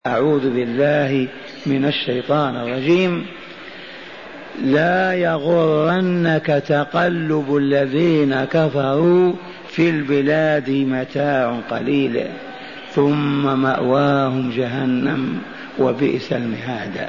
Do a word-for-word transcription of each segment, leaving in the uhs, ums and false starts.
أعوذ بالله من الشيطان الرجيم. لا يغرنك تقلب الذين كفروا في البلاد متاع قليل ثم مأواهم جهنم وبئس المهاد.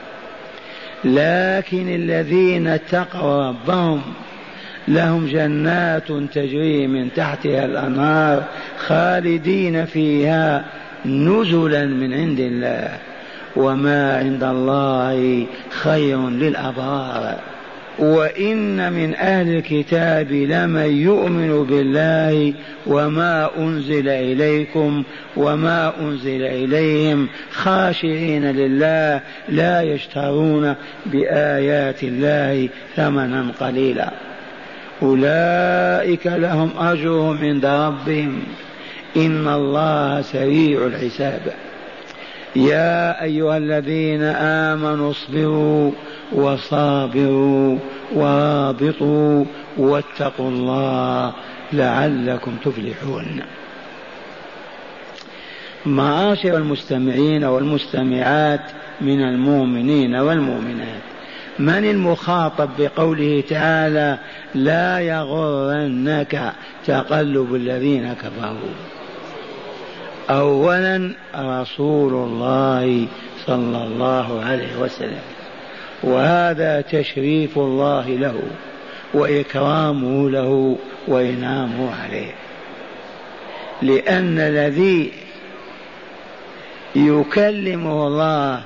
لكن الذين اتقوا ربهم لهم جنات تجري من تحتها الأنهار خالدين فيها نزلا من عند الله وما عند الله خير للأبرار. وإن من أهل الكتاب لمن يؤمن بالله وما أنزل إليكم وما أنزل إليهم خاشعين لله لا يشترون بآيات الله ثمنا قليلا أولئك لهم أجرهم عند ربهم إن الله سريع الحساب. يا أيها الذين آمنوا اصبروا وصابروا ورابطوا واتقوا الله لعلكم تفلحون. معاشر المستمعين والمستمعات من المؤمنين والمؤمنات، من المخاطب بقوله تعالى لا يغرنك تقلب الذين كفروا؟ أولا رسول الله صلى الله عليه وسلم، وهذا تشريف الله له وإكرامه له وإنعامه عليه، لأن الذي يكلمه الله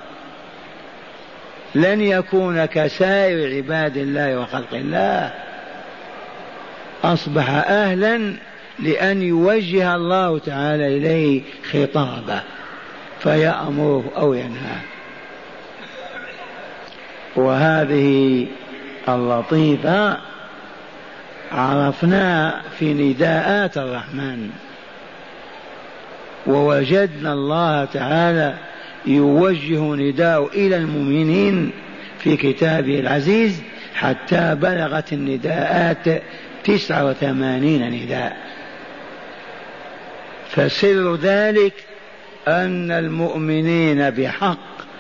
لن يكون كسائر عباد الله وخلق الله، أصبح أهلا لأن يوجه الله تعالى إليه خطابه فيأمره أو ينهاه. وهذه اللطيفة عرفناها في نداءات الرحمن، ووجدنا الله تعالى يوجه نداء إلى المؤمنين في كتابه العزيز حتى بلغت النداءات تسعة وثمانين نداء. فسر ذلك أن المؤمنين بحق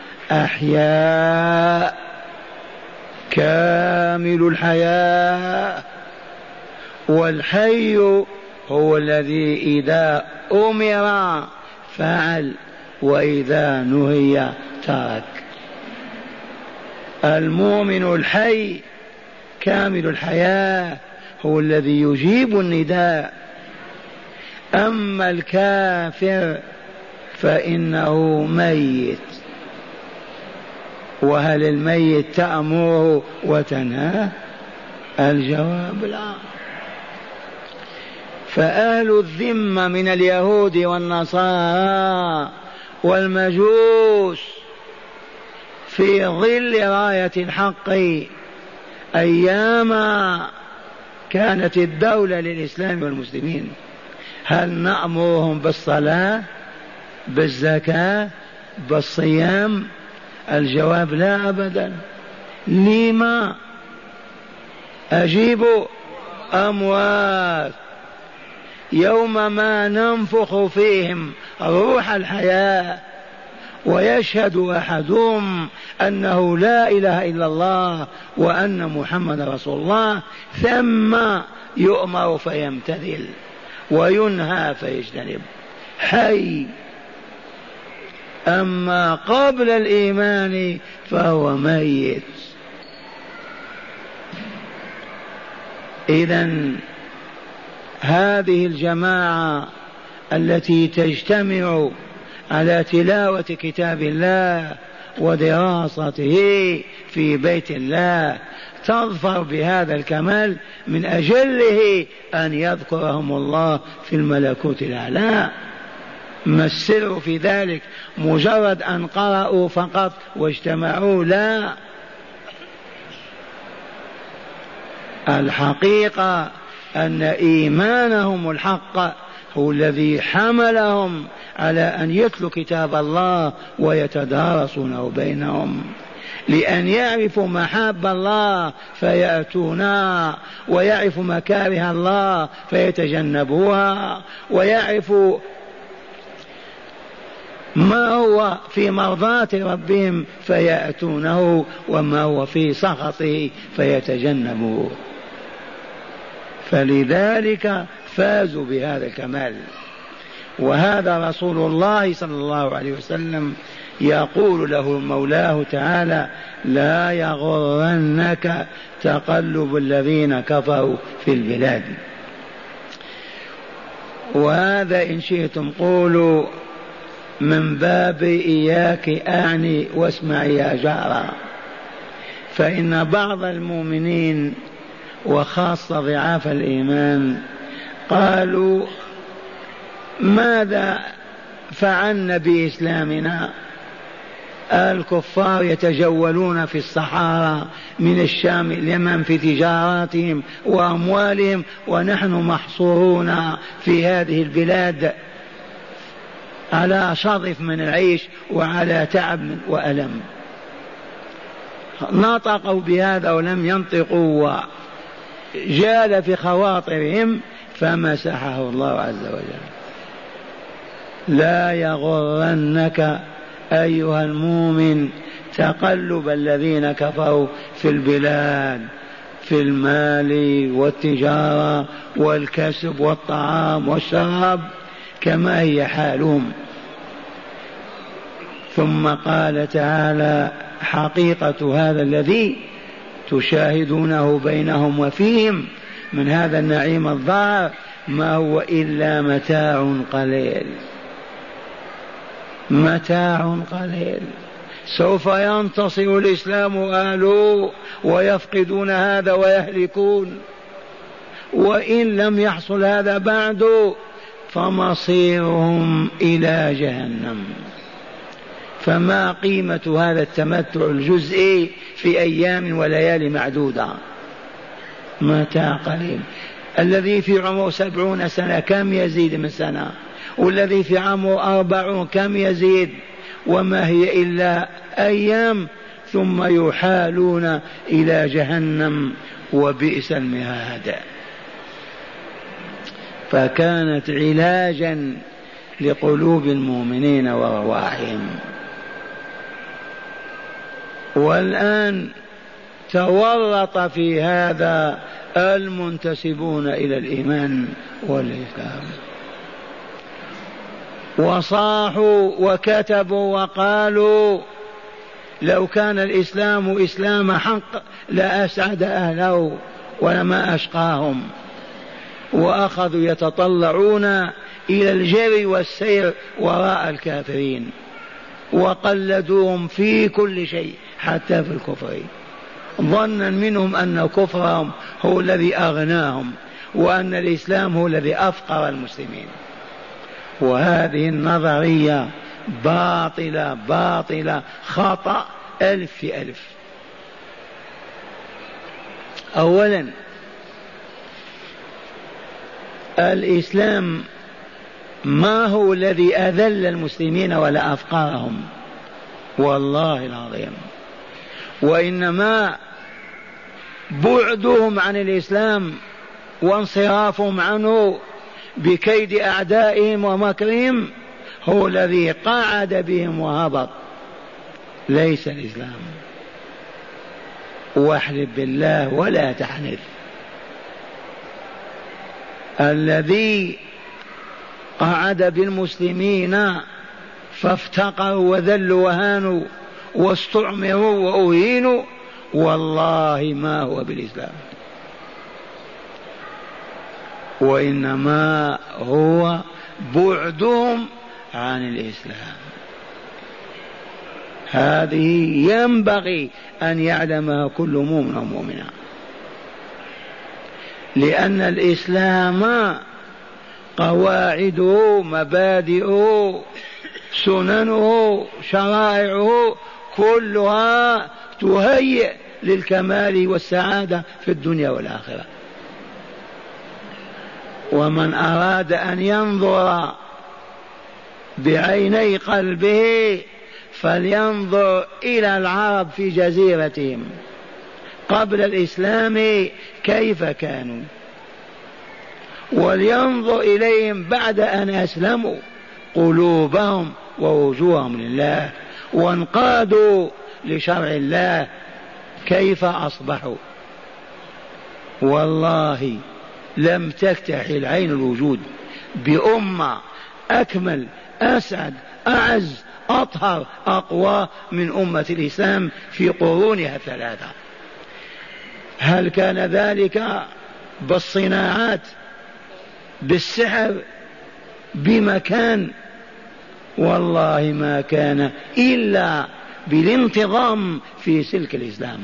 أحياء كامل الحياة، والحي هو الذي إذا أمر فعل وإذا نهي ترك. المؤمن الحي كامل الحياة هو الذي يجيب النداء. أما الكافر فإنه ميت. وهل الميت تأمره وتنهاه؟ الجواب لا. فأهل الذمة من اليهود والنصارى والمجوس في ظل راية الحق أيام كانت الدولة للإسلام والمسلمين، هل نأمرهم بالصلاة بالزكاة بالصيام؟ الجواب لا أبدا. لما؟ أجيبوا أموات يوم ما ننفخ فيهم روح الحياة ويشهد أحدهم أنه لا إله إلا الله وأن محمد رسول الله، ثم يؤمر فيمتثل وينهى فيجتنب. حي. أما قبل الإيمان فهو ميت. إذن هذه الجماعة التي تجتمع على تلاوة كتاب الله ودراسته في بيت الله تظفر بهذا الكمال من أجله أن يذكرهم الله في الملكوت الأعلى. ما السر في ذلك؟ مجرد أن قرأوا فقط واجتمعوا؟ لا، الحقيقة أن إيمانهم الحق هو الذي حملهم على أن يتلوا كتاب الله ويتدارسونه بينهم، لأن يعرفوا محاب الله فيأتونا، ويعرفوا مكاره الله فيتجنبوها، ويعرفوا ما هو في مرضاة ربهم فيأتونه، وما هو في سخطه فيتجنبوه. فلذلك فازوا بهذا الكمال. وهذا رسول الله صلى الله عليه وسلم يقول له مولاه تعالى: لا يغرنك تقلب الذين كفروا في البلاد. وهذا إن شئتم قولوا من باب إياك أعني واسمع يا جارا، فإن بعض المؤمنين وخاصة ضعاف الإيمان قالوا: ماذا فعلنا بإسلامنا؟ الكفار يتجولون في الصحارى من الشام اليمن في تجاراتهم وأموالهم، ونحن محصورون في هذه البلاد على شظف من العيش وعلى تعب وألم. نطقوا بهذا ولم ينطقوا، وجال في خواطرهم فمسحه الله عز وجل. لا يغرنك أيها المؤمن تقلب الذين كفروا في البلاد، في المال والتجارة والكسب والطعام والشراب كما هي حالهم. ثم قال تعالى: حقيقة هذا الذي تشاهدونه بينهم وفيهم من هذا النعيم الظاهر ما هو إلا متاع قليل، متاع قليل. سوف ينتصر الإسلام أهله ويفقدون هذا ويهلكون، وإن لم يحصل هذا بعد فمصيرهم إلى جهنم. فما قيمة هذا التمتع الجزئي في أيام وليالي معدودة؟ متاع قليل. الذي في عمره سبعون سنة كم يزيد من سنة؟ والذي في عمره أربعون كم يزيد؟ وما هي إلا أيام ثم يحالون إلى جهنم وبئس المهاد. فكانت علاجا لقلوب المؤمنين وارواحهم. والآن تورط في هذا المنتسبون إلى الإيمان والإسلام، وصاحوا وكتبوا وقالوا: لو كان الإسلام إسلام حق لأسعد أهله ولما أشقاهم. وأخذوا يتطلعون إلى الجري والسير وراء الكافرين، وقلدوهم في كل شيء حتى في الكفر، ظنا منهم أن كفرهم هو الذي أغناهم وأن الإسلام هو الذي أفقر المسلمين. وهذه النظرية باطلة باطلة خطأ ألف في ألف. أولا، الإسلام ما هو الذي أذل المسلمين ولا أفقرهم، والله العظيم، وإنما بعدهم عن الإسلام وانصرافهم عنه بكيد أعدائهم ومكرهم هو الذي قعد بهم وهبط، ليس الإسلام. واحلف بالله ولا تحنث. الذي قعد بالمسلمين فافتقروا وذلوا وهانوا واستعمروا وأهينوا والله ما هو بالإسلام، وإنما هو بعدهم عن الإسلام. هذه ينبغي أن يعلمها كل مؤمن ومؤمنة، لأن الإسلام قواعده مبادئه سننه شرائعه كلها تهيئ للكمال والسعادة في الدنيا والآخرة. ومن أراد أن ينظر بعيني قلبه فلينظر إلى العرب في جزيرتهم قبل الإسلام كيف كانوا، ولينظر إليهم بعد أن أسلموا قلوبهم ووجوههم لله وانقادوا لشرع الله كيف أصبحوا؟ والله لم تكتحل عين الوجود بأمة أكمل أسعد أعز أطهر أقوى من أمة الإسلام في قرونها الثلاثة. هل كان ذلك بالصناعات بالسحر بمكان؟ والله ما كان إلا بالانتظام في سلك الإسلام.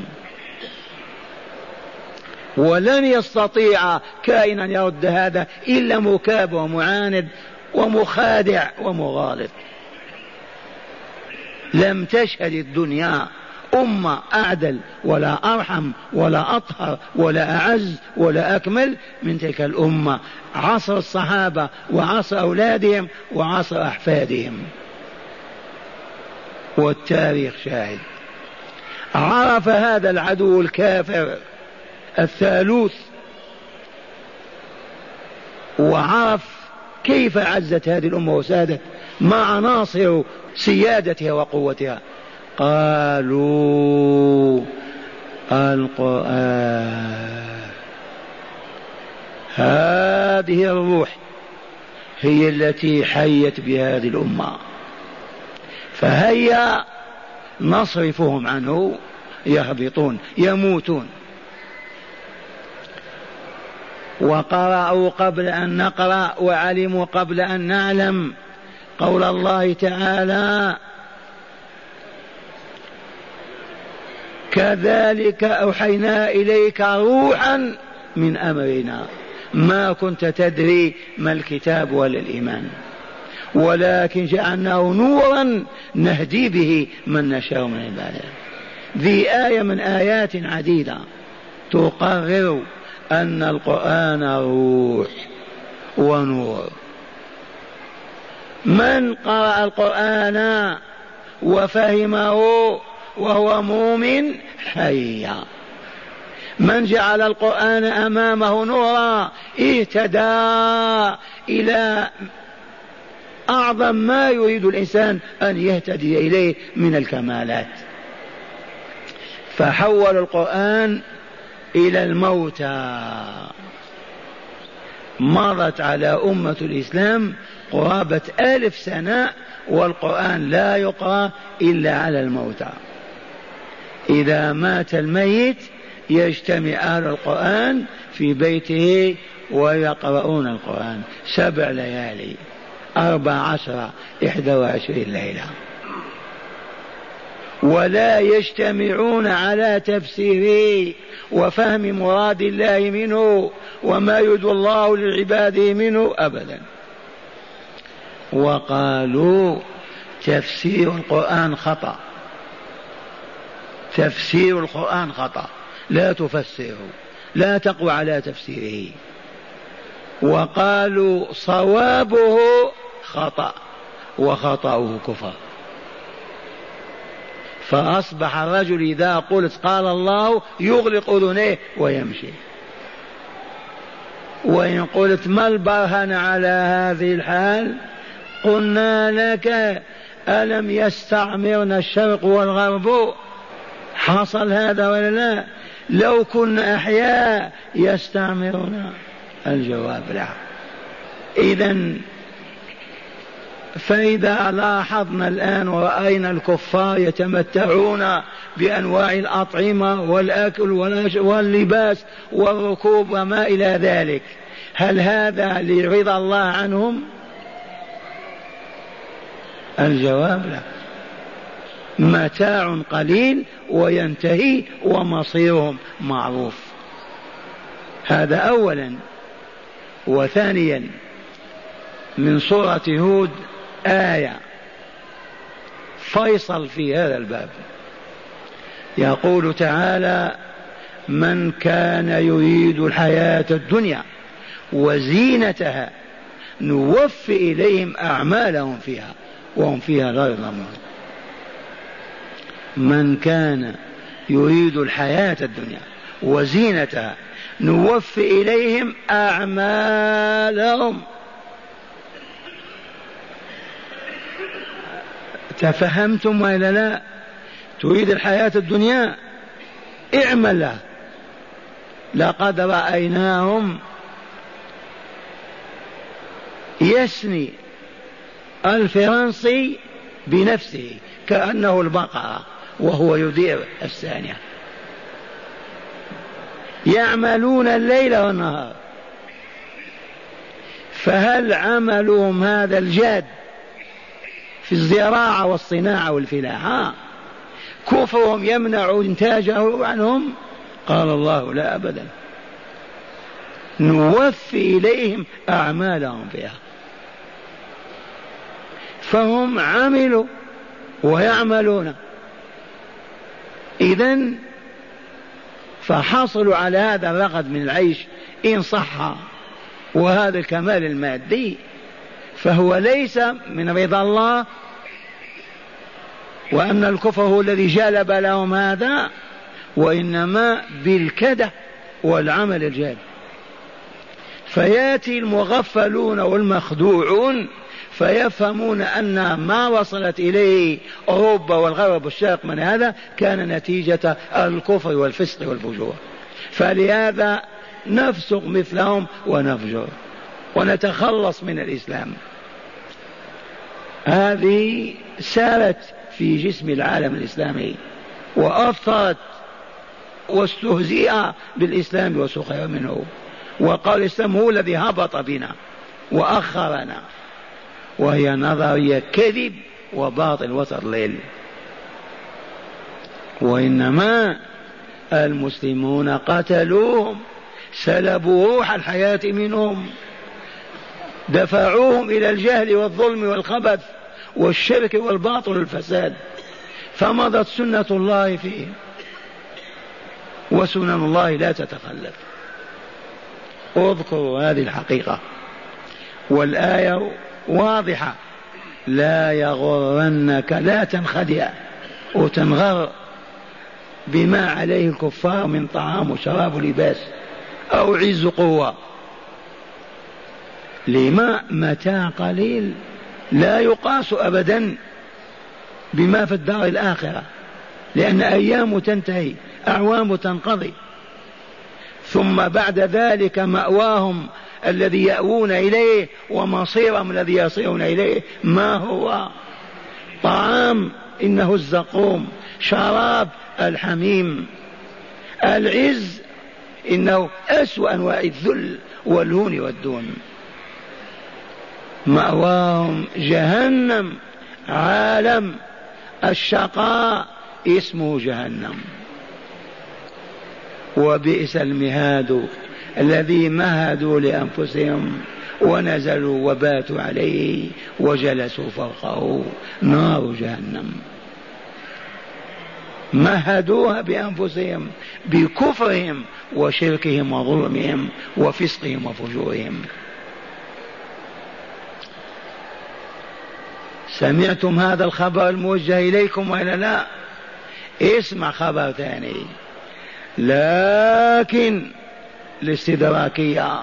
ولن يستطيع كائنا يرد هذا إلا مكاب ومعاند ومخادع ومغالط. لم تشهد الدنيا أمة أعدل ولا أرحم ولا أطهر ولا أعز ولا أكمل من تلك الأمة، عصر الصحابة وعصر أولادهم وعصر أحفادهم، والتاريخ شاهد. عرف هذا العدو الكافر الثالوث، وعرف كيف عزت هذه الأمة وسادت مع عناصر سيادتها وقوتها. قالوا القرآن، هذه الروح هي التي حيت بهذه الأمة، فهيا نصرفهم عنه يهبطون يموتون. وقرأوا قبل أن نقرأ وعلموا قبل أن نعلم قول الله تعالى: كذلك أوحينا إليك روحا من أمرنا ما كنت تدري ما الكتاب ولا الإيمان ولكن جعلناه نورا نهدي به من نشاء من عبادنا. ذي آية من آيات عديدة تقرر أن القرآن روح ونور. من قرأ القرآن وفهمه وهو مؤمن حيا، من جعل القرآن أمامه نورا اهتدى إلى أعظم ما يريد الإنسان أن يهتدي إليه من الكمالات. فحول القرآن إلى الموتى. مرت على أمة الإسلام قرابة ألف سنة والقرآن لا يقرأ إلا على الموتى. إذا مات الميت يجتمع أهل القرآن في بيته ويقرؤون القرآن سبع ليالي أربع عشر إحدى وعشرين ليلة، ولا يجتمعون على تفسيره وفهم مراد الله منه وما يريد الله لعباده منه أبدا. وقالوا تفسير القرآن خطأ، تفسير القرآن خطأ، لا تفسره، لا تقوى على تفسيره. وقالوا صوابه خطأ وخطأه كفر. فأصبح الرجل إذا قلت قال الله يغلق أذنيه ويمشي، وإن قلت ما البرهن على هذه الحال قلنا لك ألم يستعمرنا الشرق والغرب؟ حصل هذا ولا لا؟ لو كنا أحياء يستعمرنا؟ الجواب لا. إذن فإذا لاحظنا الآن ورأينا الكفار يتمتعون بأنواع الأطعمة والأكل واللباس والركوب وما إلى ذلك، هل هذا لرضا الله عنهم؟ الجواب لا. متاع قليل وينتهي ومصيرهم معروف. هذا أولا. وثانيا من سورة هود آية فيصل في هذا الباب، يقول تعالى: من كان يريد الحياة الدنيا وزينتها نوفي إليهم أعمالهم فيها وهم فيها لا يظلمون. من كان يريد الحياة الدنيا وزينتها نوفي إليهم أعمالهم. تفهمتم وإلا لا؟ تريد الحياة الدنيا اعمل لها. لقد رأيناهم يسني الفرنسي بنفسه كأنه البقرة وهو يدير الثانية، يعملون الليل والنهار. فهل عملهم هذا الجاد في الزراعة والصناعة والفلاحة كفرهم يمنع إنتاجه عنهم؟ قال الله لا أبدا، نوفي إليهم أعمالهم فيها. فهم عملوا ويعملون، إذن فحصلوا على هذا الرغد من العيش إن صح، وهذا الكمال المادي، فهو ليس من رضا الله، وأن الكفر هو الذي جلب لهم هذا، وإنما بالكدة والعمل الجاد. فياتي المغفلون والمخدوعون فيفهمون أن ما وصلت إليه أوروبا والغرب والشرق من هذا كان نتيجة الكفر والفسق والفجور، فلهذا نفسق مثلهم ونفجر ونتخلص من الإسلام. هذه سارت في جسم العالم الإسلامي وأثرت واستهزئ بالإسلام وسخر منه، وقال الإسلام هو الذي هبط بنا وأخرنا، وهي نظرية كذب وباطل وتضليل. وإنما المسلمون قتلوهم، سلبوا روح الحياة منهم، دفعوهم إلى الجهل والظلم والخبث والشرك والباطل والفساد، فمضت سنة الله فيهم، وسنن الله لا تتخلف. اذكروا هذه الحقيقة، والآية واضحة: لا يغرنك، لا تنخدع وتنغر بما عليه الكفار من طعام وشراب ولباس أو عز قوة. لما؟ متاع قليل لا يقاس أبدا بما في الدار الآخرة، لأن أيام تنتهي، أعوام تنقضي، ثم بعد ذلك مأواهم الذي يأوون إليه ومصيرهم الذي يصيرون إليه ما هو؟ طعام إنه الزقوم، شراب الحميم، العز إنه أسوأ أنواع الذل والهون والدون. مأواهم جهنم، عالم الشقاء اسمه جهنم. وبئس المهاد الذي مهدوا لأنفسهم ونزلوا وباتوا عليه وجلسوا فوقه، نار جهنم. مهدوها بأنفسهم بكفرهم وشركهم وظلمهم وفسقهم وفجورهم. سمعتم هذا الخبر الموجه إليكم وإلا لا؟ اسمع خبر ثاني، لكن الاستدراكية،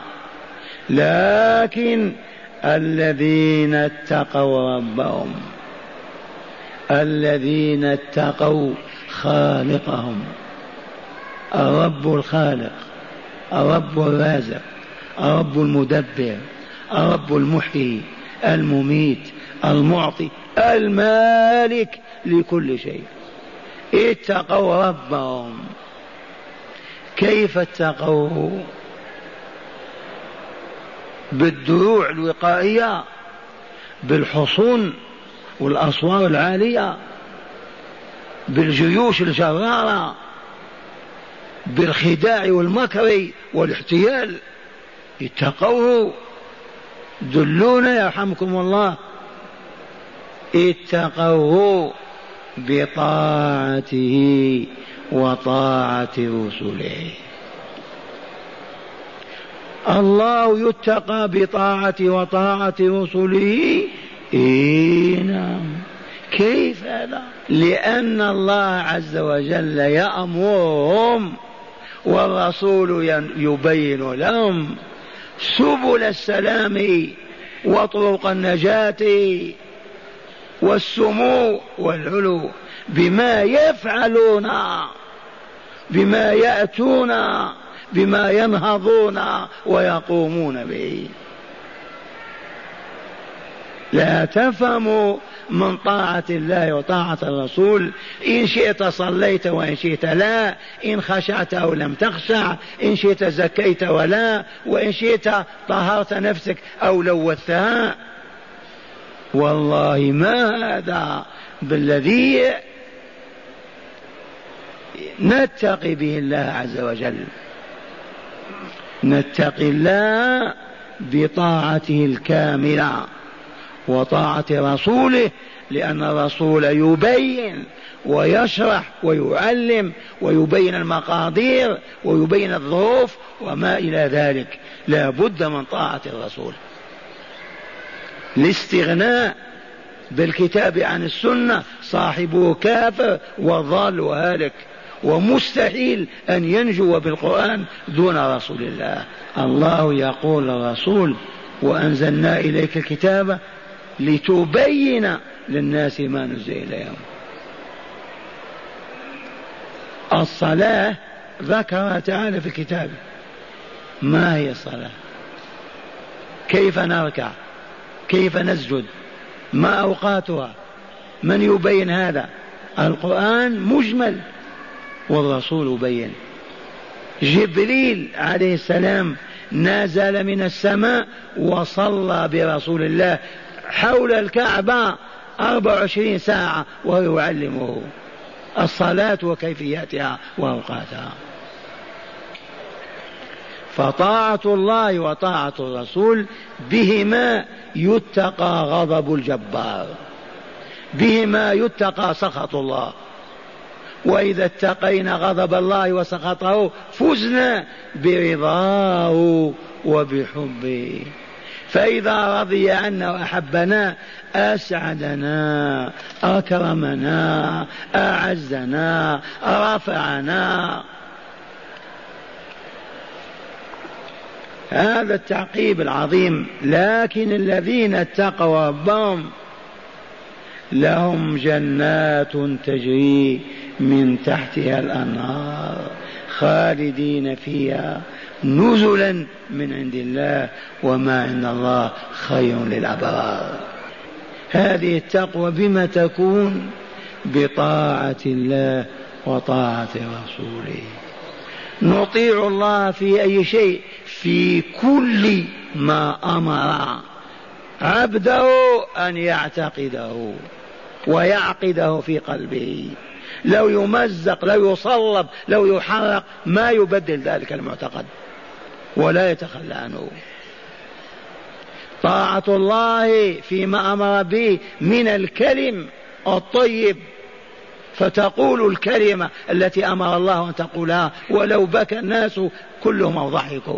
لكن الذين اتقوا ربهم، الذين اتقوا خالقهم، الرب الخالق، الرب الرازق، الرب المدبر، الرب المحيي المميت المعطي المالك لكل شيء، اتقوا ربهم. كيف اتقوه؟ بالدروع الوقائية، بالحصون والأسوار العالية، بالجيوش الجرارة، بالخداع والمكر والاحتيال. اتقوه. دلونا يرحمكم الله. اتقوه بطاعته وطاعة رسله. الله يتقى بطاعة وطاعة رسله. إيه نعم. كيف هذا؟ لأن الله عز وجل يأمرهم والرسول يبين لهم سبل السلام وطرق النجاة والسمو والعلو بما يفعلون، بما يأتون، بما ينهضون ويقومون به. لا تفهموا من طاعة الله وطاعة الرسول إن شئت صليت وإن شئت لا، إن خشعت أو لم تخشع، إن شئت زكيت ولا، وإن شئت طهرت نفسك أو لوثتها. والله ما هذا بالذي نتقي به الله عز وجل. نتقي الله بطاعته الكاملة وطاعة رسوله، لأن الرسول يبين ويشرح ويعلم ويبين المقادير ويبين الظروف وما إلى ذلك. لا بد من طاعة الرسول. الاستغناء بالكتاب عن السنة صاحبه كافر وضال وهالك، ومستحيل أن ينجو بالقرآن دون رسول الله. الله يقول للرسول: وأنزلنا إليك الكتاب لتبين للناس ما نزل إليهم. الصلاة ذكرها تعالى في الكتاب. ما هي الصلاة؟ كيف نركع؟ كيف نسجد؟ ما أوقاتها؟ من يبين هذا؟ القرآن مجمل والرسول بين. جبريل عليه السلام نزل من السماء وصلى برسول الله حول الكعبة أربع وعشرين ساعة وهو يعلمه الصلاة وكيفياتها وأوقاتها. فطاعة الله وطاعة الرسول بهما يتقى غضب الجبار، بهما يتقى سخط الله. وإذا اتقينا غضب الله وسخطه فزنا برضاه وبحبه. فإذا رضي عنا وأحبنا أسعدنا، أكرمنا، أعزنا، رفعنا. هذا التعقيب العظيم. لكن الذين اتقوا ربهم لهم جنات تجري من تحتها الأنهار خالدين فيها نزلا من عند الله وما عند الله خير للأبرار. هذه التقوى بما تكون؟ بطاعة الله وطاعة رسوله. نطيع الله في أي شيء؟ في كل ما أمر عبده أن يعتقده ويعقده في قلبه. لو يمزق، لو يصلب، لو يحرق، ما يبدل ذلك المعتقد ولا يتخلى عنه. طاعة الله فيما أمر به من الكلم الطيب، فتقول الكلمة التي أمر الله أن تقولها ولو بكى الناس كلهم أو ضحكوا.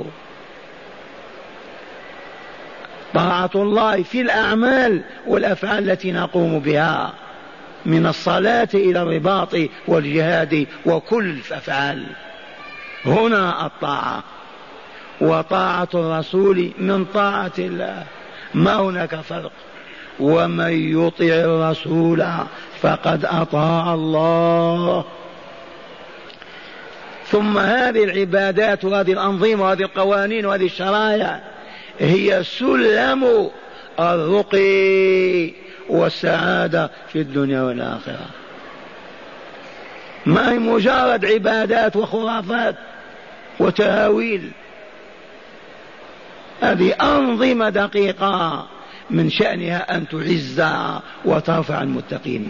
طاعة الله في الأعمال والأفعال التي نقوم بها، من الصلاة إلى الرباط والجهاد وكل الأفعال. هنا الطاعة. وطاعة الرسول من طاعة الله، ما هناك فرق. ومن يطع الرسول فقد أطاع الله. ثم هذه العبادات وهذه الأنظمة وهذه القوانين وهذه الشرائع هي سلم الرقي والسعادة في الدنيا والآخرة. ما هي مجرد عبادات وخرافات وتهاويل. هذه أنظمة دقيقة من شأنها أن تعز وترفع المتقين.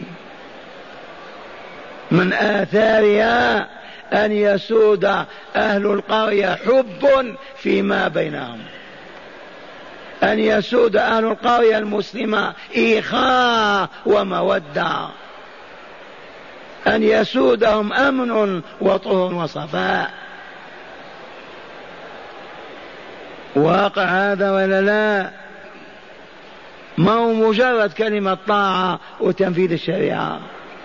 من آثارها أن يسود أهل القرية حب فيما بينهم، أن يسود أهل القرية المسلمة إخاء ومودة، أن يسودهم أمن وطهر وصفاء. واقع هذا ولا لا؟ ما هو مجرد كلمة طاعة وتنفيذ الشريعة.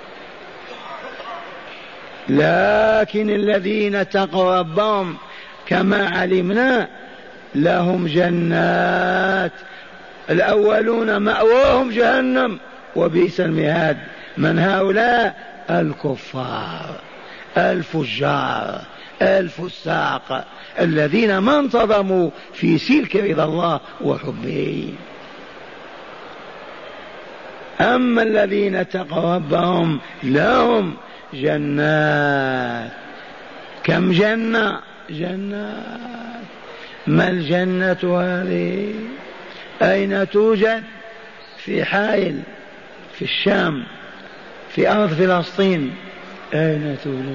لكن الذين اتقوا ربهم كما علمنا لهم جنات. الأولون مأواهم جهنم وبئس المهاد. من هؤلاء؟ الكفار الفجار الفساق الذين ما انتظموا في سلك رضا الله وحبه. أما الذين اتقوا ربهم لهم جنات. كم جنة؟ جنات. ما الجنة هذه؟ أين توجد؟ في حائل في الشام في أرض فلسطين. أين توجد؟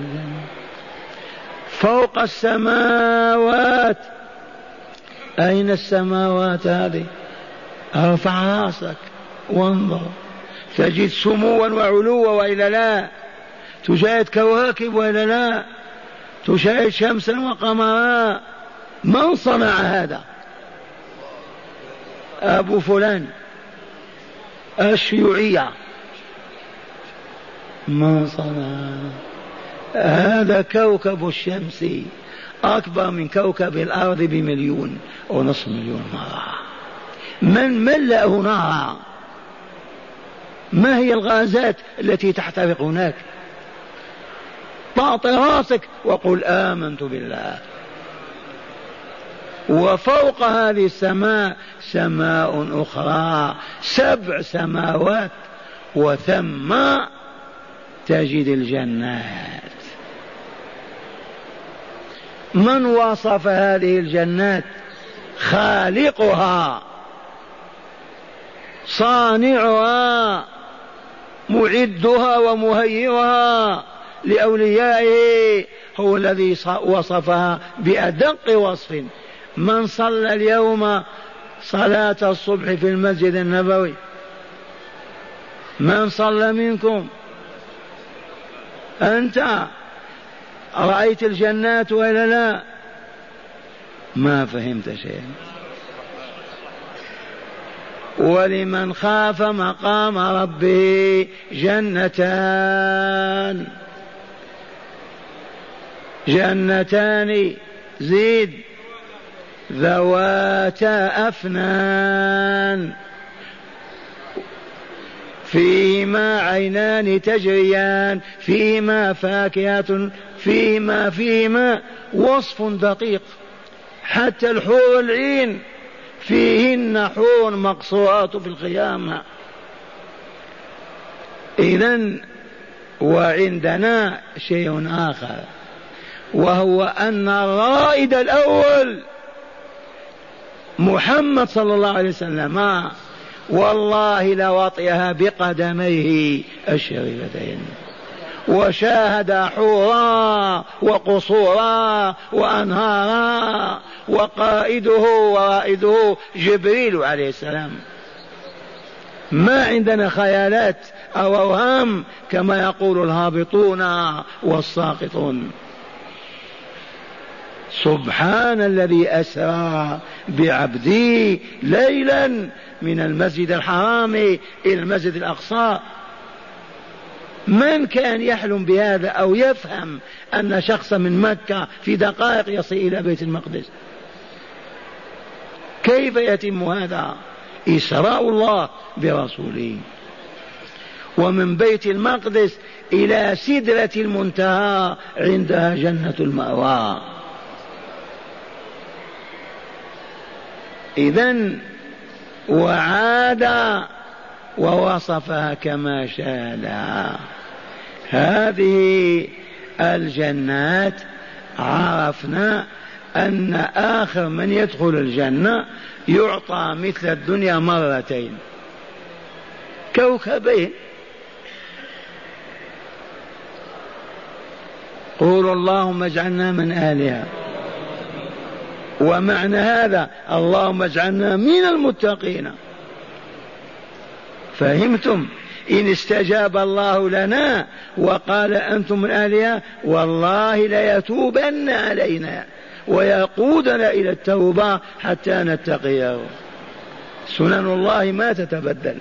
فوق السماوات. أين السماوات هذه؟ ارفع راسك وانظر تجد سموا وعلوا وإلا لا؟ تشاهد كواكب وإلا لا؟ تشاهد شمسا وقمرا. من صنع هذا؟ أبو فلان الشيوعية. من صنع هذا؟ كوكب الشمس أكبر من كوكب الأرض بمليون ونصف مليون مرة. من ملأه نارا؟ ما هي الغازات التي تحترق هناك؟ طاط راسك وقل آمنت بالله. وفوق هذه السماء سماء أخرى، سبع سماوات، وثم تجد الجنات. من وصف هذه الجنات؟ خالقها صانعها معدها ومهيئها لأوليائه، هو الذي وصفها بأدق وصف. من صلى اليوم صلاة الصبح في المسجد النبوي؟ من صلى منكم؟ أنت رأيت الجنات ولا لا؟ ما فهمت شيئا. ولمن خاف مقام ربه جنتان. جنتان زيد ذواتا أفنان فيهما عينان تجريان فيهما فاكهة فيهما فيهما وصف دقيق. حتى الحور العين فيهن حور مقصورات في القيامة. إذن وعندنا شيء آخر، وهو أن الرائد الأول محمد صلى الله عليه وسلم والله لوطئها بقدميه الشريفتين، وشاهد حورا وقصورا وأنهارا، وقائده ورائده جبريل عليه السلام. ما عندنا خيالات أو أوهام كما يقول الهابطون والساقطون. سبحان الذي أسرى بعبده ليلا من المسجد الحرام إلى المسجد الأقصى. من كان يحلم بهذا أو يفهم أن شخصا من مكة في دقائق يصل إلى بيت المقدس؟ كيف يتم هذا؟ إسراء الله برسوله. ومن بيت المقدس إلى سدرة المنتهى عندها جنة المأوى. إذن وعاد ووصفها كما شاء. هذه الجنات عرفنا أن آخر من يدخل الجنة يعطى مثل الدنيا مرتين، كوكبين. قولوا اللهم اجعلنا من أهلها. ومعنى هذا اللهم اجعلنا من المتقين. فهمتم؟ إن استجاب الله لنا وقال أنتم من أهلها والله ليتوبن علينا ويقودنا إلى التوبة حتى نتقيه. سنن الله ما تتبدل.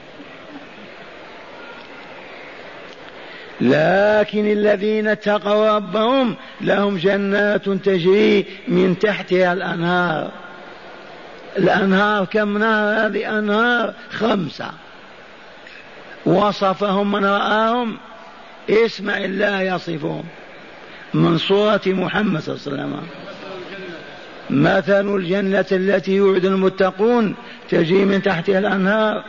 لكن الذين اتقوا ربهم لهم جنات تجري من تحتها الأنهار. الأنهار كم نهر؟ هذه أنهار خمسة. وصفهم من رآهم. اسمع الله يصفهم من صورة محمد صلى الله عليه وسلم: مثل الجنة التي يوعد المتقون تجري من تحتها الأنهار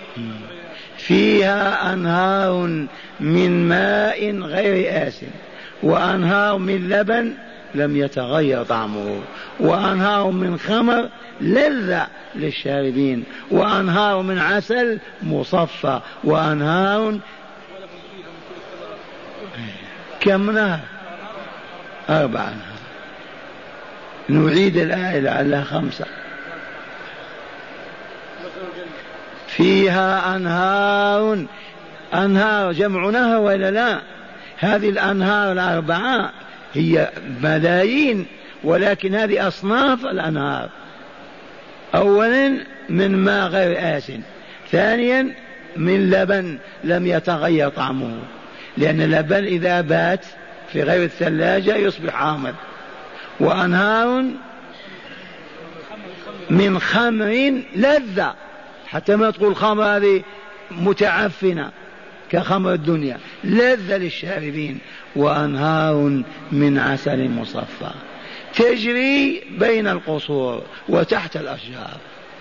فيها أنهار من ماء غير آسن وأنهار من لبن لم يتغير طعمه وأنهار من خمر لذة للشاربين وأنهار من عسل مصفى وأنهار كم نهر؟ أربع نهر. نعيد الآية لعلها خمسة. فيها أنهار، أنهار جمع نهر ولا لا؟ هذه الأنهار الأربعة هي ملايين، ولكن هذه أصناف الأنهار: أولا من ماء غير آسن، ثانيا من لبن لم يتغير طعمه، لأن اللبن إذا بات في غير الثلاجة يصبح حامض، وأنهار من خمر لذة، حتى ما تقول خمر هذه متعفنة كخمر الدنيا، لذة للشاربين، وأنهار من عسل مصفى تجري بين القصور وتحت الأشجار.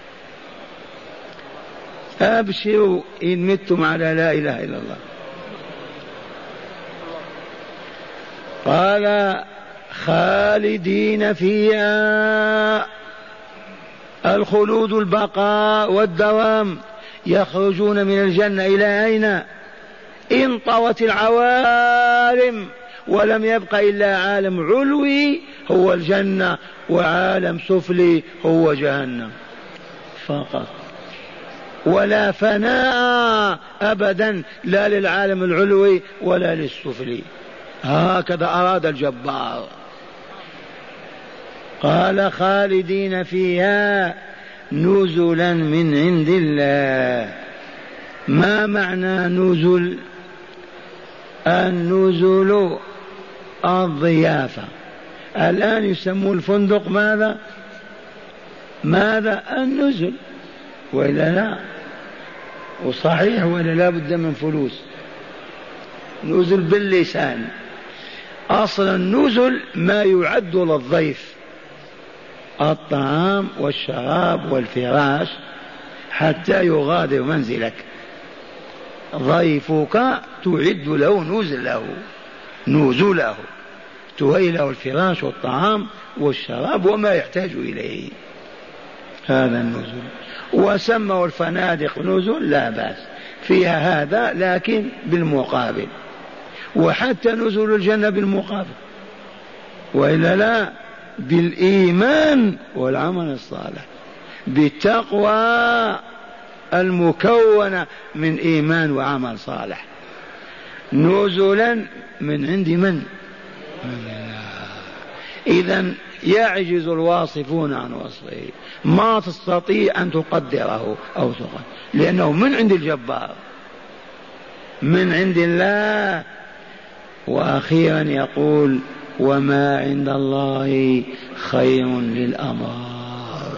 أبشروا إن متم على لا إله إلا الله. قال خالدين فيها، الخلود البقاء والدوام. يخرجون من الجنة إلى أين؟ انطوت العوالم ولم يبق إلا عالم علوي هو الجنة وعالم سفلي هو جهنم فقط، ولا فناء أبدا لا للعالم العلوي ولا للسفلي. هكذا أراد الجبار. قال خالدين فيها نزلا من عند الله. ما معنى نزل؟ النزل الضيافة. الآن يسمون الفندق ماذا؟ ماذا؟ النزل، وإلا لا؟ وصحيح ولا لا بد من فلوس؟ نزل باللسان. أصل النزل ما يعد للضيف، الطعام والشراب والفراش حتى يغادر منزلك. ضيفك تعد له نزله نزله تهيئ له الفراش والطعام والشراب وما يحتاج إليه، هذا النزل. وسموا الفنادق نزل، لا بأس فيها هذا، لكن بالمقابل. وحتى نزول الجنة بالمقابل، وإلا لا؟ بالإيمان والعمل الصالح، بالتقوى المكونة من إيمان وعمل صالح. نزلا من عند من؟ إذن يعجز الواصفون عن وصفه، ما تستطيع أن تقدره أو تقدر، لأنه من عند الجبار، من عند الله. وأخيرا يقول وما عند الله خير للأبرار.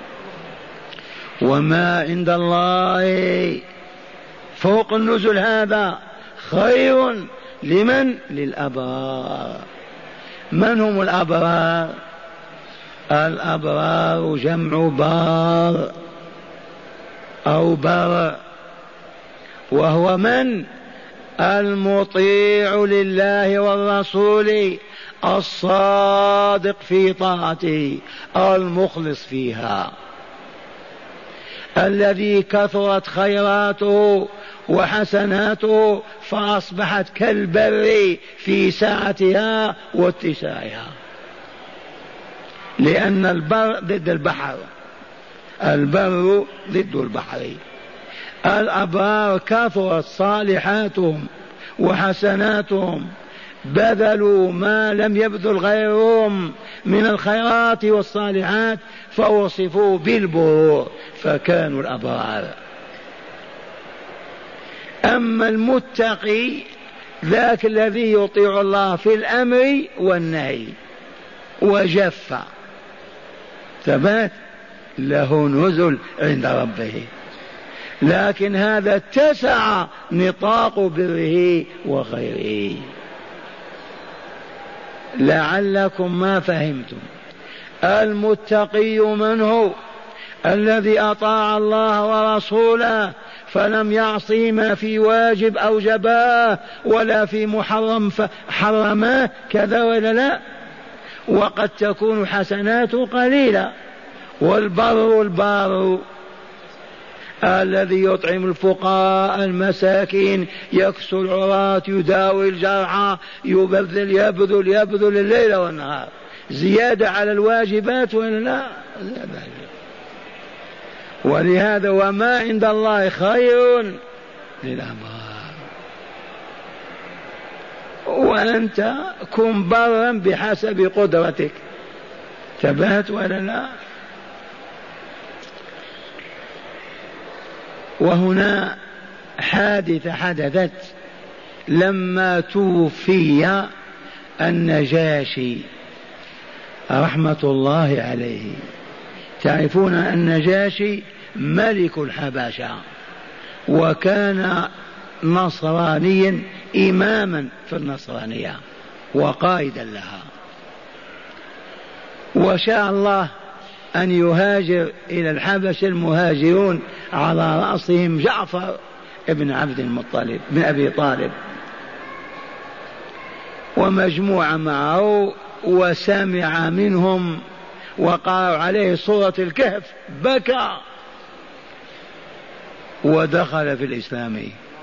وما عند الله فوق النزل هذا خير لمن؟ للأبرار. من هم الأبرار؟ الأبرار جمع بار أو بر، وهو من؟ المطيع لله والرسول، الصادق في طاعته، المخلص فيها، الذي كثرت خيراته وحسناته فأصبحت كالبر في سعتها واتساعها، لأن البر ضد البحر، البر ضد البحر. الأبرار كثرت صالحاتهم وحسناتهم، بذلوا ما لم يبذل غيرهم من الخيرات والصالحات فوصفوا بالبرور فكانوا الأبرار. أما المتقي ذاك الذي يطيع الله في الأمر والنهي وجف ثبات له نزل عند ربه. لكن هذا اتسع نطاق بره وخيره. لعلكم ما فهمتم. المتقي من هو؟ الذي أطاع الله ورسوله فلم يعصيما في واجب أوجباه ولا في محرم حرماه، كذا ولا لا؟ وقد تكون حسناته قليلة. والبر البار الذي يطعم الفقراء المساكين، يكسو العراة، يداوي الجرحى، يبذل يبذل يبذل الليل والنهار، زيادة على الواجبات ولا لا؟ ولهذا وما عند الله خير للأبرار. وأنت كن برا بحسب قدرتك. تبهت ولا لا؟ وهنا حادثة حدثت لما توفي النجاشي رحمة الله عليه. تعرفون النجاشي ملك الحبشة، وكان نصرانيا إماما في النصرانية وقائدا لها، وشاء الله أن يهاجر إلى الحبش المهاجرون على رأسهم جعفر ابن عبد المطلب بن أبي طالب ومجموعة معه، وسمع منهم وقرأوا عليه سورة الكهف، بكى ودخل في الإسلام.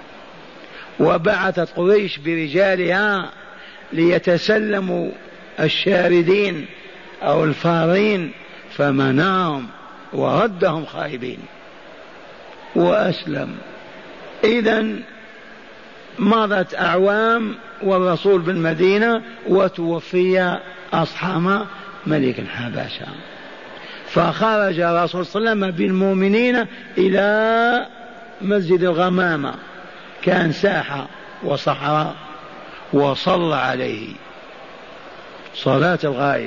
وبعثت قريش برجالها ليتسلموا الشاردين أو الفارين، فمنعهم وردهم خائبين وأسلم. إذن مضت أعوام والرسول بالمدينة وتوفي أصحاب ملك الحبشة، فخرج الرسول صلى الله عليه وسلم بالمؤمنين إلى مسجد الغمامة، كان ساحة وصحراء، وصلى عليه صلاة الغائب.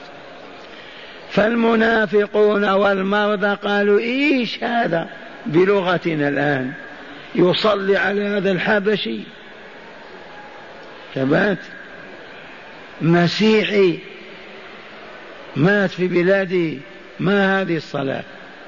فالمنافقون والمرضى قالوا إيش هذا بلغتنا الآن يصلي على هذا الحبشي ثبات مسيحي مات في بلادي، ما هذه الصلاة؟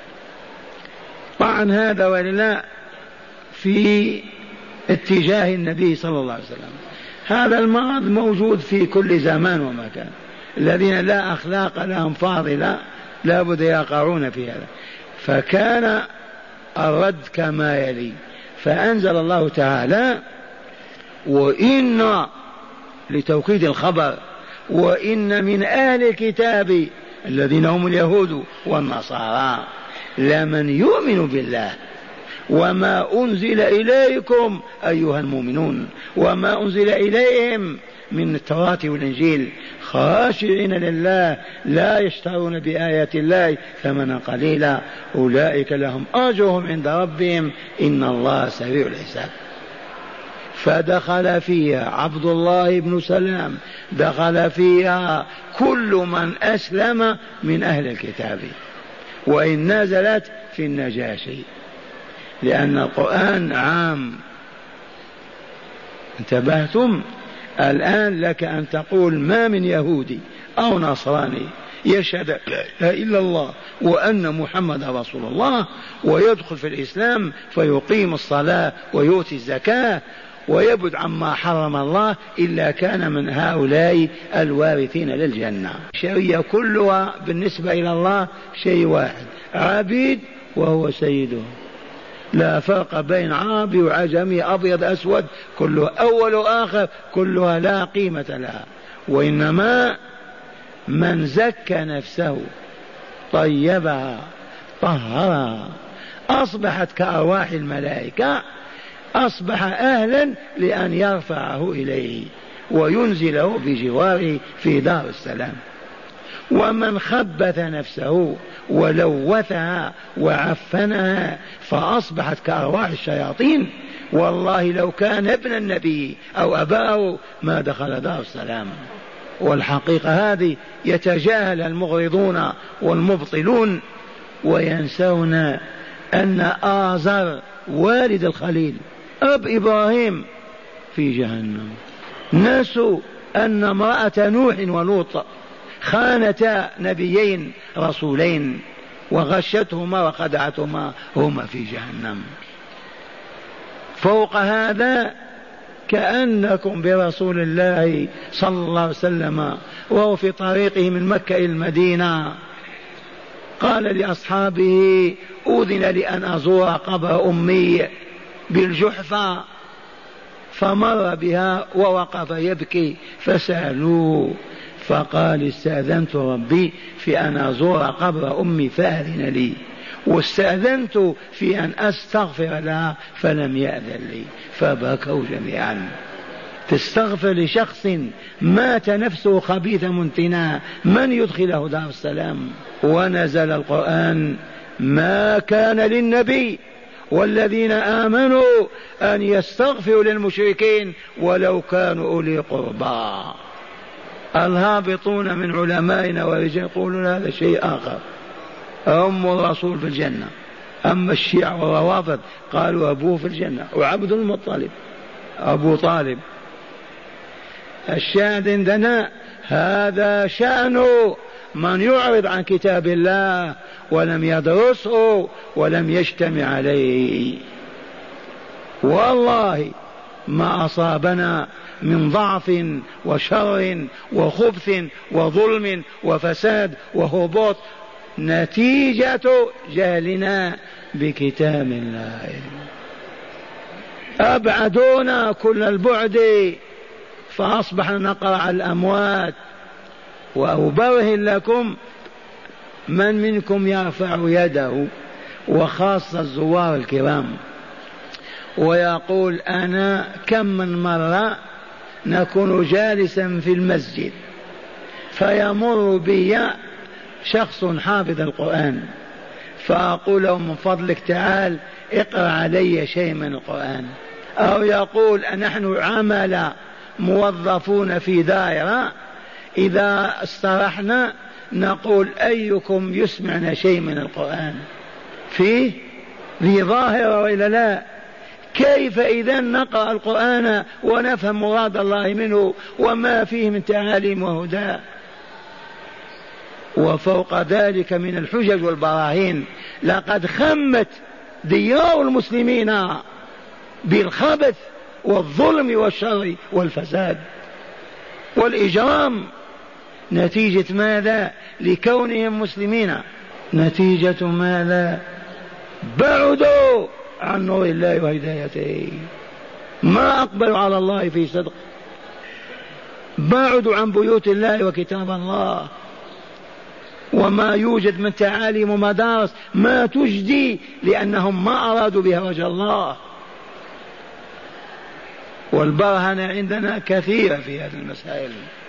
طبعا هذا ولا في اتجاه النبي صلى الله عليه وسلم. هذا المرض موجود في كل زمان ومكان، الذين لا أخلاق لهم فاضلة لا بد يقعون في هذا. فكان الرد كما يلي: فأنزل الله تعالى: وإن لتوكيد الخبر، وإن من أهل الكتاب الذين هم اليهود والنصارى لمن يؤمن بالله وما أنزل إليكم أيها المؤمنون وما أنزل إليهم من التوراة والإنجيل خاشعين لله لا يشترون بآيات الله ثمنا قليلا أولئك لهم أجرهم عند ربهم إن الله سريع الحساب. فدخل فيها عبد الله بن سلام، دخل فيها كل من أسلم من أهل الكتاب، وإن نزلت في النجاشي، لأن القرآن عام. انتبهتم؟ الآن لك أن تقول ما من يهودي أو نصراني يشهد لا إله إلا الله وأن محمد رسول الله ويدخل في الإسلام فيقيم الصلاة ويؤتي الزكاة ويبعد عما حرم الله إلا كان من هؤلاء الوارثين للجنة. الشريعة كلها بالنسبة إلى الله شيء واحد: عبيد وهو سيده، لا فرق بين عربي وعجمي أبيض أسود، كلها أول وآخر، كلها لا قيمة لها. وإنما من زكى نفسه طيبها طهرها أصبحت كأرواح الملائكة، أصبح أهلا لأن يرفعه إليه وينزله بجواره في دار السلام. ومن خبث نفسه ولوثها وعفنها فأصبحت كأرواح الشياطين، والله لو كان ابن النبي أو أباه ما دخل دار السلام. والحقيقة هذه يتجاهل المغرضون والمبطلون وينسون أن آزر والد الخليل أب إبراهيم في جهنم. نسوا أن امرأة نوح ولوط خانتا نبيين رسولين وغشتهما وخدعتهما هما في جهنم. فوق هذا كأنكم برسول الله صلى الله عليه وسلم وهو في طريقه من مكة إلى المدينة قال لأصحابه أذن لي أن أزور قبر أمي بالجحفة، فمر بها ووقف يبكي فسألوه فقال استأذنت ربي في أن أزور قبر أمي فأذن لي، واستأذنت في أن أستغفر لها فلم يأذن لي، فبكوا جميعا. تستغفر لشخص مات نفسه خبيث منتنا، من يدخله دار السلام؟ ونزل القرآن ما كان للنبي والذين آمنوا أن يستغفروا للمشركين ولو كانوا أولي قربى. الهابطون من علمائنا ورجال يقولون هذا شيء آخر، أم الرسول في الجنة، أما الشيعة والروافض قالوا أبوه في الجنة وعبد المطلب أبو طالب. الشاهد عندنا هذا شأن من يعرض عن كتاب الله ولم يدرسه ولم يجتمع عليه. والله ما أصابنا من ضعف وشر وخبث وظلم وفساد وهبوط نتيجة جهلنا بكتاب الله. أبعدونا كل البعد فأصبحنا نقرأ على الأموات. وأبرهن لكم من منكم يرفع يده وخاصة الزوار الكرام ويقول أنا كم من مرة نكون جالسا في المسجد فيمر بي شخص حافظ القرآن فأقول له من فضلك تعال اقرأ علي شيء من القرآن، أو يقول نحن عمل موظفون في دائرة إذا استرحنا نقول أيكم يسمعنا شيء من القرآن فيه ذي ظاهرة وإلا لا؟ كيف إذا نقرأ القرآن ونفهم مراد الله منه وما فيه من تعاليم وهدى؟ وفوق ذلك من الحجج والبراهين لقد خمت ديار المسلمين بالخبث والظلم والشر والفساد والإجرام. نتيجة ماذا؟ لكونهم مسلمين. نتيجة ماذا؟ بعدوا عن نور الله وهدايته، ما أقبلوا على الله في صدق، بعدوا عن بيوت الله وكتاب الله، وما يوجد من تعاليم ومدارس ما تجدي لأنهم ما أرادوا بها وجه الله. والبرهنة عندنا كثيرة في هذه المسائل.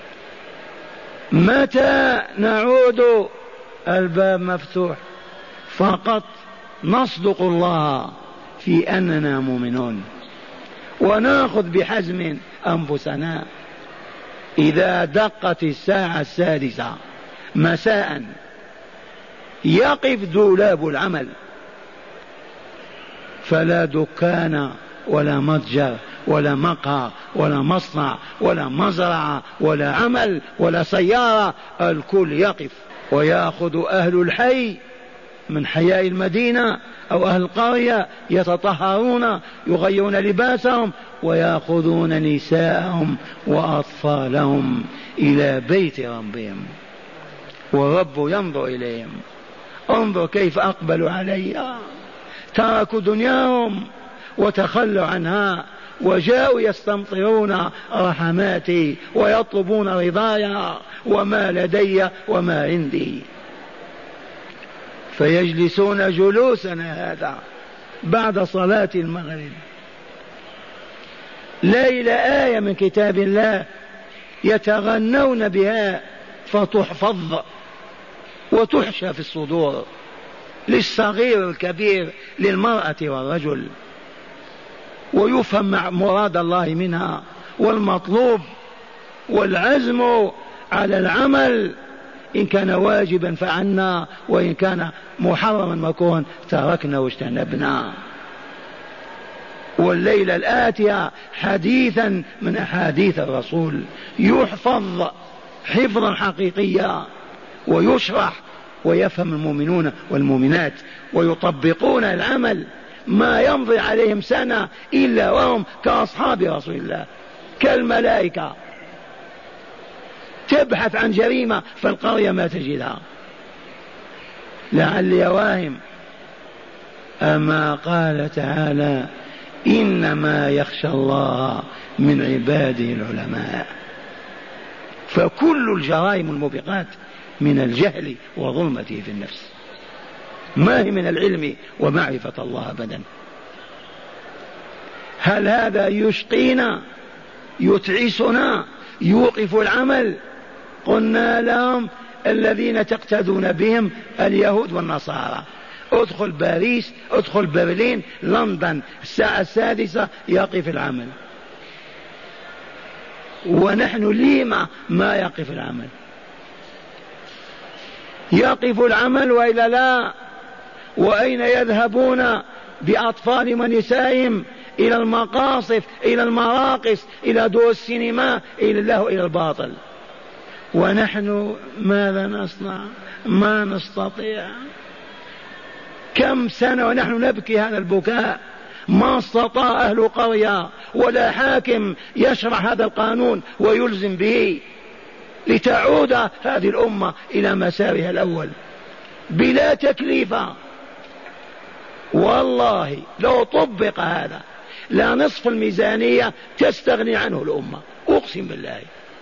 متى نعود؟ الباب مفتوح، فقط نصدق الله في أننا مؤمنون ونأخذ بحزم أنفسنا. إذا دقت الساعة السادسة مساء يقف دولاب العمل، فلا دكان ولا متجر ولا مقهى ولا مصنع ولا مزرعة ولا عمل ولا سيارة، الكل يقف. ويأخذ أهل الحي من حياء المدينة أو أهل القرية يتطهرون يغيرون لباسهم ويأخذون نساءهم وأطفالهم إلى بيت ربهم، والرب ينظر إليهم. انظر كيف أقبلوا عليها، تركوا دنياهم وتخلوا عنها وجاءوا يستمطرون رحماتي ويطلبون رضايا وما لدي وما عندي. فيجلسون جلوسنا هذا بعد صلاة المغرب ليلة آية من كتاب الله يتغنون بها فتحفظ وتحشى في الصدور للصغير والكبير للمرأة والرجل، ويفهم مراد الله منها والمطلوب والعزم على العمل إن كان واجبا فعلنا، وإن كان محرما مكروها تركنا واجتنبنا. والليلة الآتية حديثا من أحاديث الرسول يحفظ حفظا حقيقيا ويشرح ويفهم المؤمنون والمؤمنات ويطبقون العمل، ما يمضي عليهم سنة إلا وهم كأصحاب رسول الله كالملائكة. تبحث عن جريمة في القرية ما تجدها. لعلي واهم. أما قال تعالى إنما يخشى الله من عباده العلماء. فكل الجرائم الموبقات من الجهل وظلمته في النفس، ما هي من العلم ومعرفة الله أبدا. هل هذا يشقينا يتعسنا يوقف العمل؟ قلنا لهم الذين تقتدون بهم اليهود والنصارى، ادخل باريس، ادخل برلين، لندن، الساعة السادسة يقف العمل. ونحن لما ما يقف العمل؟ يقف العمل وإلا لا؟ وأين يذهبون بأطفال ونسائهم؟ إلى المقاصف، إلى المراقص، إلى دور السينما، إلى الله، إلى الباطل. ونحن ماذا نصنع؟ ما نستطيع. كم سنة ونحن نبكي هذا البكاء، ما استطاع أهل قرية ولا حاكم يشرح هذا القانون ويلزم به لتعود هذه الأمة إلى مسارها الأول بلا تكليف. والله لو طبق هذا لا نصف الميزانية تستغني عنه الأمة، أقسم بالله.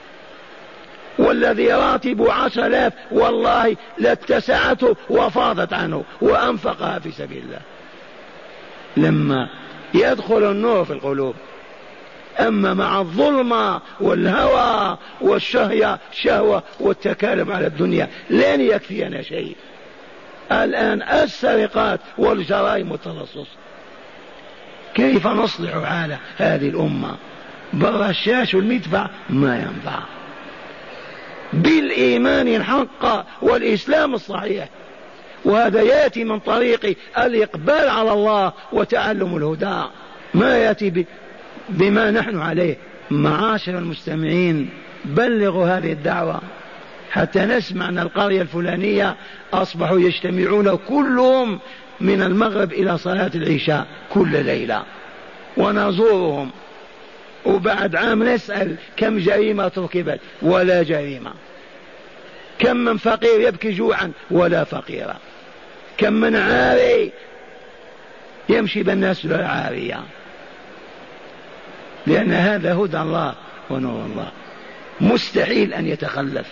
والذي راتب عشر آلاف والله لاتسعته وفاضت عنه وأنفقها في سبيل الله لما يدخل النور في القلوب. أما مع الظلمة والهوى والشهية شهوة والتكالب على الدنيا لن يكفينا شيء. الآن السرقات والجرائم والتلصص، كيف نصلح حال هذه الأمة؟ بالرشاش والمدفع ما ينفع، بالإيمان الحق والإسلام الصحيح. وهذا يأتي من طريق الإقبال على الله وتعلم الهدى، ما يأتي بما نحن عليه. معاشر المستمعين، بلغوا هذه الدعوة حتى نسمع أن القرية الفلانية أصبحوا يجتمعون كلهم من المغرب إلى صلاة العشاء كل ليلة، ونزورهم وبعد عام نسأل كم جريمة تركبت ولا جريمة، كم من فقير يبكي جوعا ولا فقيرا، كم من عاري يمشي بالناس العارية. لأن هذا هدى الله ونور الله، مستحيل أن يتخلف.